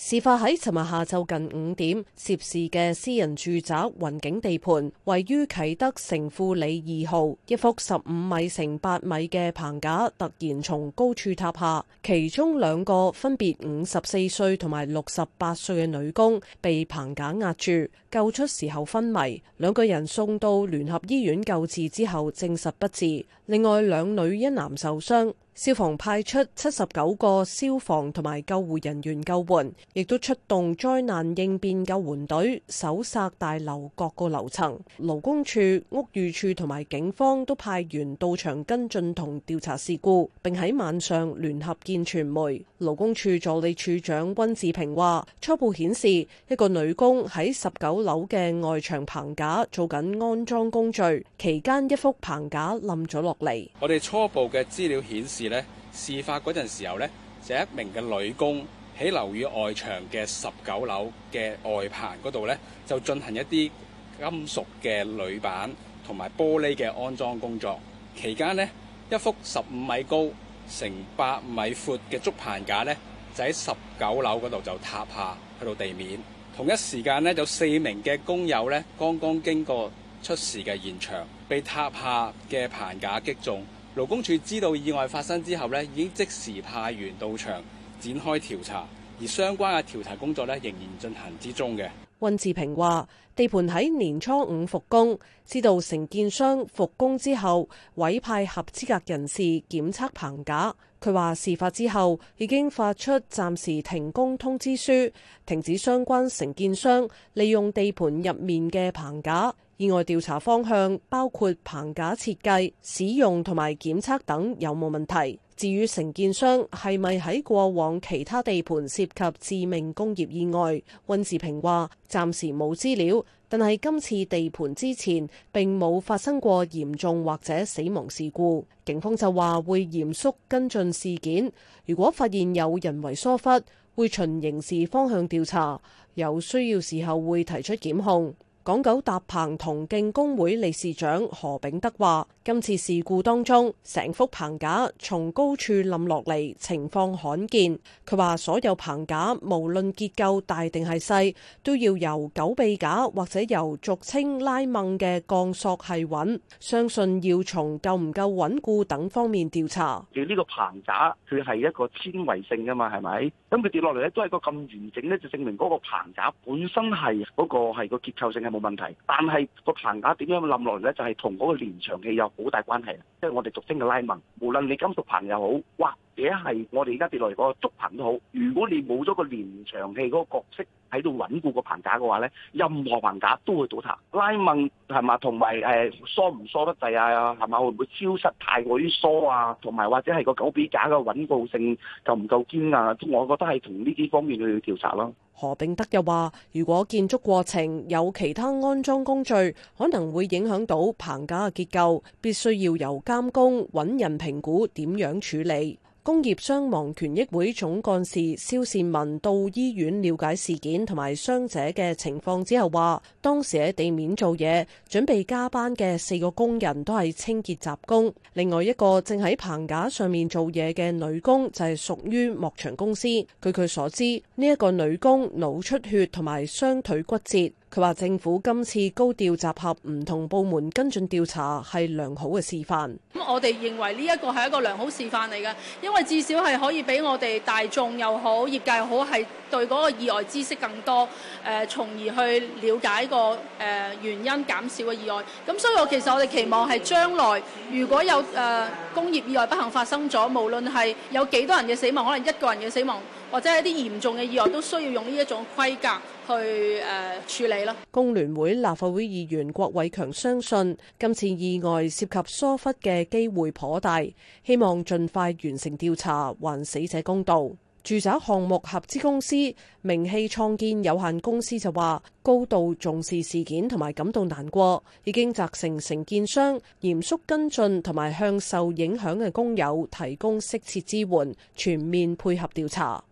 事發喺尋日下晝近5點，涉事嘅私人住宅雲景地盤位於啟德城富里2號，一幅15米乘8米嘅棚架突然從高處塌下，其中2個分別54歲同埋68歲嘅女工被棚架壓住，救出時候昏迷，2個人送到聯合醫院救治之後證實不治，另外2女1男受傷。消防派出79個消防同埋救護人員救援，亦都出動災難應變救援隊搜索大樓各個樓層。勞工處、屋宇署同埋警方都派員到場跟進同調查事故，並喺晚上聯合見傳媒。勞工處助理處長溫志平話：初步顯示一個女工喺19樓嘅外牆棚架做緊安裝工序，期間一幅棚架冧咗落嚟。 我哋初步嘅資料顯示事發嗰陣時候就一名嘅女工喺樓宇外牆嘅19樓嘅外棚嗰度就進行一啲金屬嘅鋁板同埋玻璃嘅安裝工作。期間一幅15米高乘8米闊嘅竹棚架就喺19樓嗰度就塌下去到地面。同一時間有4名嘅工友剛剛經過出事嘅現場，被塌下嘅棚架擊中。勞工處知道意外發生之後已經即時派員到場展開調查，而相關嘅調查工作仍然進行之中嘅。 溫志平話：地盤喺年初5復工，知道承建商復工之後委派合資格人士檢測棚架。佢話事發之後已經發出暫時停工通知書，停止相關承建商利用地盤入面嘅棚架。意外調查方向包括棚架設計、使用同埋檢測等有冇問題。至於承建商係咪喺過往其他地盤涉及致命工業意外，溫志平話暫時冇資料，但係今次地盤之前並冇發生過嚴重或者死亡事故。警方就話會嚴肅跟進事件，如果發現有人為疏忽，會循刑事方向調查，有需要時候會提出檢控。港九搭棚同徑工會理事長何炳德話：今次事故當中，成幅棚架從高處冧落嚟，情況罕見。佢話所有棚架無論結構大定係細，都要由狗臂架或者由俗稱拉掹嘅鋼索係穩。相信要從夠唔夠穩固等方面調查。 呢個棚架佢係一個纖維性噶嘛，係咪？咁佢跌落嚟都係個咁完整就證明嗰個棚架本身係嗰個係個結構性係冇問題。但係個棚架點樣冧落嚟就係同嗰個連牆器有好大關係，即係我哋俗稱嘅拉掹。無論你金屬棚又好，或者係我哋而家跌落嚟個竹棚都好，如果你冇咗個連牆器嗰個角色喺度穩固個棚架嘅話任何棚架都會倒塌。拉掹係嘛，同埋疏唔疏得滯啊，係嘛，會唔會超失太過於疏啊，同埋或者係個狗臂架嘅穩固性夠唔夠堅啊？我覺得係同呢啲方面去調查咯。 何炳德又話：如果建築過程有其他安裝工序，可能會影響到棚架嘅結構，必須要由監工揾人評估點樣處理。工業傷亡權益會總幹事蕭善文到醫院了解事件同埋傷者嘅情況之後話，當時喺地面做嘢準備加班嘅4個工人都係清潔雜工，另外一個正喺棚架上面做嘢嘅女工就係屬於幕牆公司。據佢所知，呢一個女工腦出血同埋雙腿骨折。佢話政府今次高調集合唔同部門跟進調查係良好嘅示範。 咁我哋認為呢一個係一個良好示範嚟嘅，因為至少係可以俾我哋大眾又好、業界又好係對嗰個意外知識更多，從而去了解個原因，減少嘅意外。咁所以我哋期望係將來如果有工業意外不幸發生咗，無論係有幾多人嘅死亡，可能1個人嘅死亡，或者係一啲嚴重嘅意外，都需要用呢一種規格去處理啦。 工聯會立法會議員郭偉強相信今次意外涉及疏忽嘅機會頗大，希望盡快完成調查，還死者公道。住宅項目合資公司名氣創建有限公司就話高度重視事件同埋感到難過，已經責成承建商嚴肅跟進同埋向受影響嘅工友提供適切支援，全面配合調查。